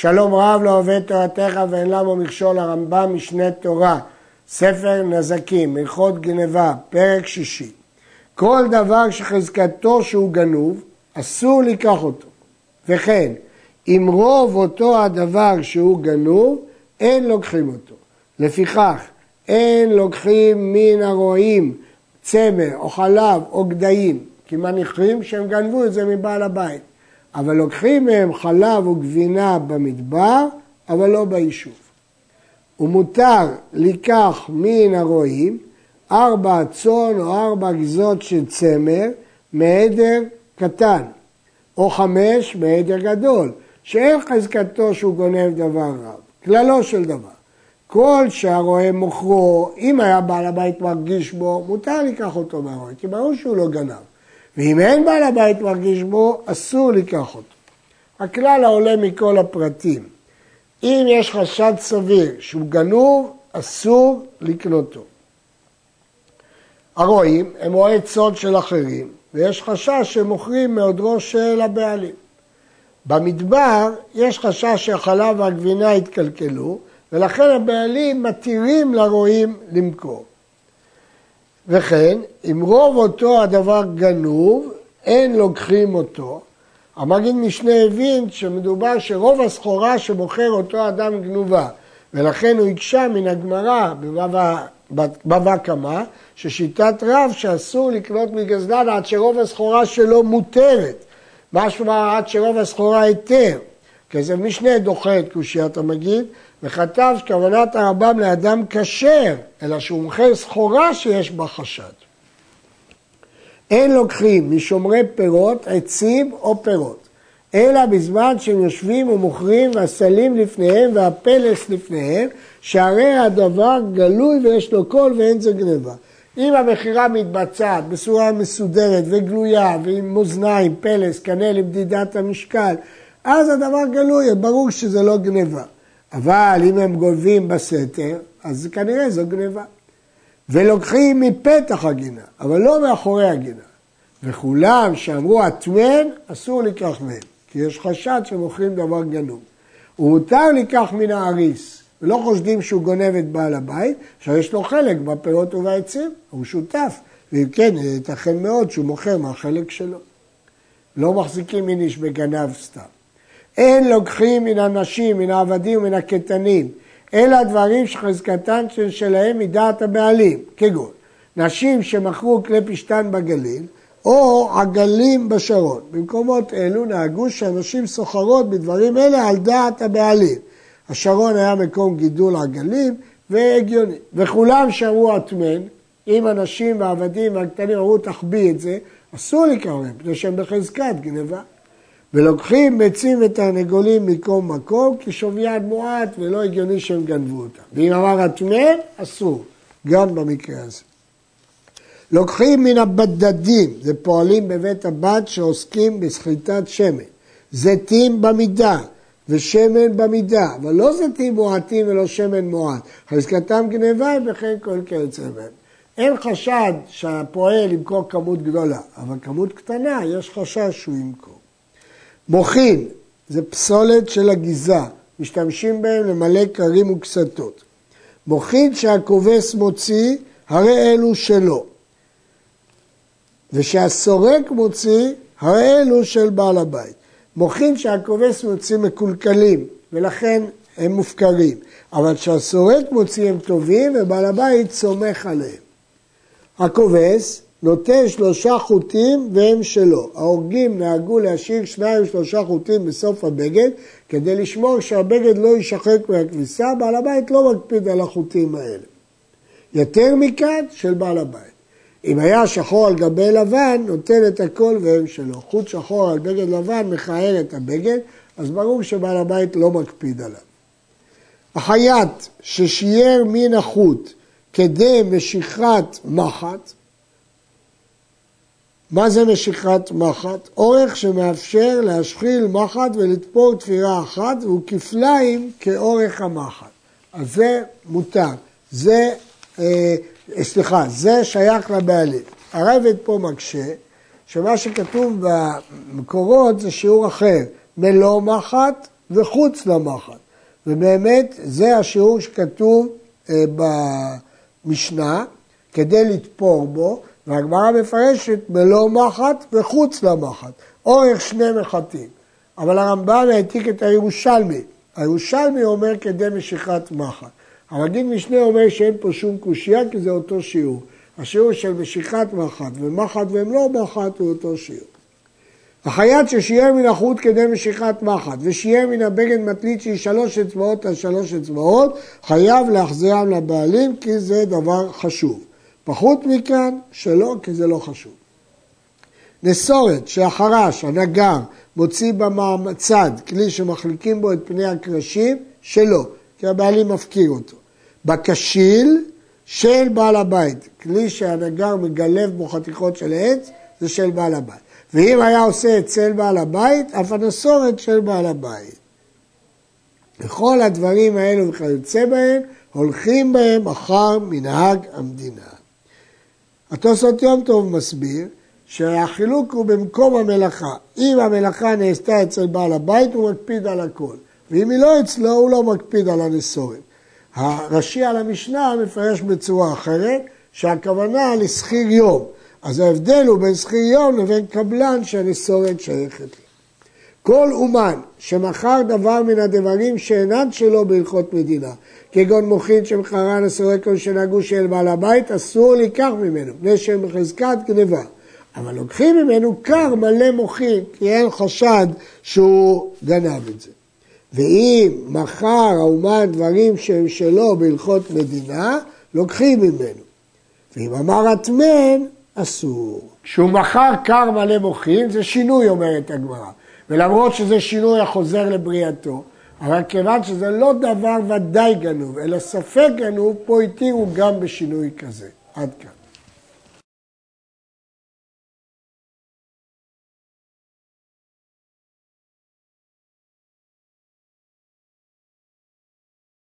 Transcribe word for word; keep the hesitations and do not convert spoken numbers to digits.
שלום רב לא אוהב את תורתך ואין למו מכשול, הרמב"ם משנה תורה, ספר נזקים, הלכות גנבה, פרק שישי. כל דבר שחזקתו שהוא גנוב, אסור לקח אותו. וכן, אם רוב אותו הדבר שהוא גנוב, אין לוקחים אותו. לפיכך, אין לוקחים מן הרועים, צמר או חלב או גדיים, כי מניחים שהם גנבו את זה מבעל הבית. אבל לוקחים מהם חלב וגבינה במדבר, אבל לא ביישוב. ומותר לקח מן הרועים ארבע צאן או ארבע גזות של צמר מעדר קטן, או חמש מעדר גדול, שאין חזקתו שהוא גונב דבר רב. כללו של דבר. כל שהרועה מוכרו, אם היה בעל הבית מרגיש בו, מותר לקח אותו מהרועה, כי ברור שהוא לא גנב. ואם אין בעל הבית מרגיש בו, אסור לקח אותו. הכלל העולה מכל הפרטים. אם יש חשד סביר שהוא גנוב, אסור לקנותו. הרועים הם רועי צאן של אחרים, ויש חשש שמוכרים מעודרו של הבעלים. במדבר יש חשש שהחלב והגבינה יתקלקלו, ולכן הבעלים מתירים לרועים למכור. וכן, אם רוב אותו הדבר גנוב, אין לוקחים אותו. המגיד משנה הבין שמדובר שרוב הסחורה שמוכר אותו אדם גנובה, ולכן הוא הקשה מן הגמרא בבבא קמא, ששיטת רב שאסור לקנות מגזלן עד שרוב הסחורה שלו מותרת, משמע עד שרוב הסחורה היתר. כזה משנה דוחה את קושיית המגיד, וכתב שכוונת הרמב"ם לאדם כשר, אלא שהוא מוכר סחורה שיש בה חשד. אין לוקחים משומרי פירות, עצים או פירות, אלא בזמן שהם יושבים ומוכרים והסלים לפניהם והפלס לפניהם, שהרי הדבר גלוי ויש לו קול ואין זה גנבה. אם המכירה מתבצעת בצורה מסודרת וגלויה ועם מאזניים, פלס, קנה למדידת המשקל, אז הדבר גלוי, ברור שזה לא גנבה. אבל אם הם גונבים בסתר, אז כנראה זו גנבה. ולוקחים מפתח הגינה, אבל לא מאחורי הגינה. וכולם שאמרו הטמן, אסור לקח מהם, כי יש חשד שמוכרים דבר גנוב. ומותר לקח מן האריס, ולא חושדים שהוא גונב את בעל הבית, שיש לו חלק בפירות ובעצים, הוא שותף, ואם כן, ייתכן מאוד שהוא מוכר מהחלק שלו. לא מחזיקים מן איש בגנב סתם. אין לוקחים מן הנשים, מן העבדים ומן הקטנים, אלא דברים שחזקתן שלהם מדעת הבעלים, כגון נשים שמכרו כלי פשטן בגליל, או עגלים בשרון. במקומות אלו נהגו שאנשים סוחרות בדברים אלה על דעת הבעלים. השרון היה מקום גידול עגלים והגיוני. וכולם שאמרו הטמן, אם הנשים והעבדים והקטנים אמרו תחביא את זה, אסור לקרוא להם, פני שהם בחזקת גנבה. ולוקחים ביצים ותרנגולים מקום מקום, כי שוויין מועט ולא הגיוני שהם גנבו אותם. ואם אמר הטמן, אסור, גם במקרה הזה. לוקחים מן הבדדים, זה פועלים בבית הבד שעוסקים בסחיטת שמן. זיתים במידה ושמן במידה, אבל לא זיתים מועטים ולא שמן מועט. חזקתם גנבה וכן כל כיוצא בהם. אין חשד שהפועל ימכור כמות גדולה, אבל כמות קטנה יש חשש שהוא ימכור. מוכין, זה פסולת של הגיזה, משתמשים בהם למלא קרים וקסתות. מוכין שהכובס מוציא, הרי אלו שלו. ושהסורק מוציא, הרי אלו של בעל הבית. מוכין שהכובס מוציא מקולקלים, ולכן הם מופקרים. אבל שהסורק מוציא הם טובים, ובעל הבית סומך עליהם. הכובס נוטה שלושה חוטים והם שלו. ההורגים נהגו להשאיר שניים ושלושה חוטים בסוף הבגד, כדי לשמור שהבגד לא יישחק מהכביסה, בעל הבית לא מקפיד על החוטים האלה. יותר מכאן של בעל הבית. אם היה שחור על גבי לבן, נותן את הכל והם שלו. חוט שחור על בגד לבן מכער את הבגד, אז ברור שבעל הבית לא מקפיד עליו. החייט ששייר מן החוט כדי משיכת מחט, מה זה משיכת מחט? אורך שמאפשר להשחיל מחט ולתפור תפירה אחת, והוא כפליים כאורך המחט. אז זה מותר. זה, אה, סליחה, זה שייך לבעלים. הרייבד פה מקשה, שמה שכתוב במקורות זה שיעור אחר. מלוא מחט וחוץ למחט. ובאמת זה השיעור שכתוב אה, במשנה, כדי לתפור בו, והגמרא מפרשת בלא מחט וחוץ למחט, אורך שני מחטים. אבל הרמב"ם העתיק את הירושלמי. הירושלמי אומר כדי משיכת מחט. המגיד משנה אומר שאין פה שום קושייה, כי זה אותו שיעור. השיעור של משיכת מחט ומחט והם לא מחט הוא אותו שיעור. החייט ששיער מן החוט כדי משיכת מחט ושיער מן הבגד מטלית שהיא שלוש אצבעות על שלוש אצבעות, חייב להחזירם לבעלים כי זה דבר חשוב. פחות מכאן שלא, כי זה לא חשוב. נסורת שהחרש, הנגר, מוציא במעצד כלי שמחליקים בו את פני הקרשים, שלא, כי הבעלים מפקיר אותו. בקשיל של בעל הבית, כלי שהנגר מגלב בו חתיכות של עץ, זה של בעל הבית. ואם היה עושה אצל בעל הבית, אף הנסורת של בעל הבית. וכל הדברים האלו וכיוצא בהם, הולכים בהם אחר מנהג המדינה. התוספות יום טוב מסביר שהחילוק הוא במקום המלאכה. אם המלאכה נעשתה אצל בעל הבית, הוא מקפיד על הכל. ואם היא לא אצלו, הוא לא מקפיד על הנסורת. הראשי על המשנה מפרש בצורה אחרת, שהכוונה לסחיר יום. אז ההבדל הוא בין סחיר יום לבין קבלן שהנסורת שייכת לו. כל אומן שמכר דבר מן הדברים שאינן שלו בהלכות מדינה, כגון מוחין שמכרה נסורת כל שנהגו של בעל הבית, אסור לקח ממנו, בני שהם בחזקת גניבה. אבל לוקחים ממנו קר מלא מוחין, כי אין חשד שהוא גנב את זה. ואם מכר האומן דברים שהם שלו בהלכות מדינה, לוקחים ממנו. ואם אמר התמן, אסור. כשהוא מכר קר מלא מוחין, זה שינוי, אומרת הגמרא. ולמרות שזה שינוי החוזר לבריאתו, אבל כיוון שזה לא דבר ודאי גנוב, אלא ספק גנוב, פה התירו גם בשינוי כזה. עד כאן.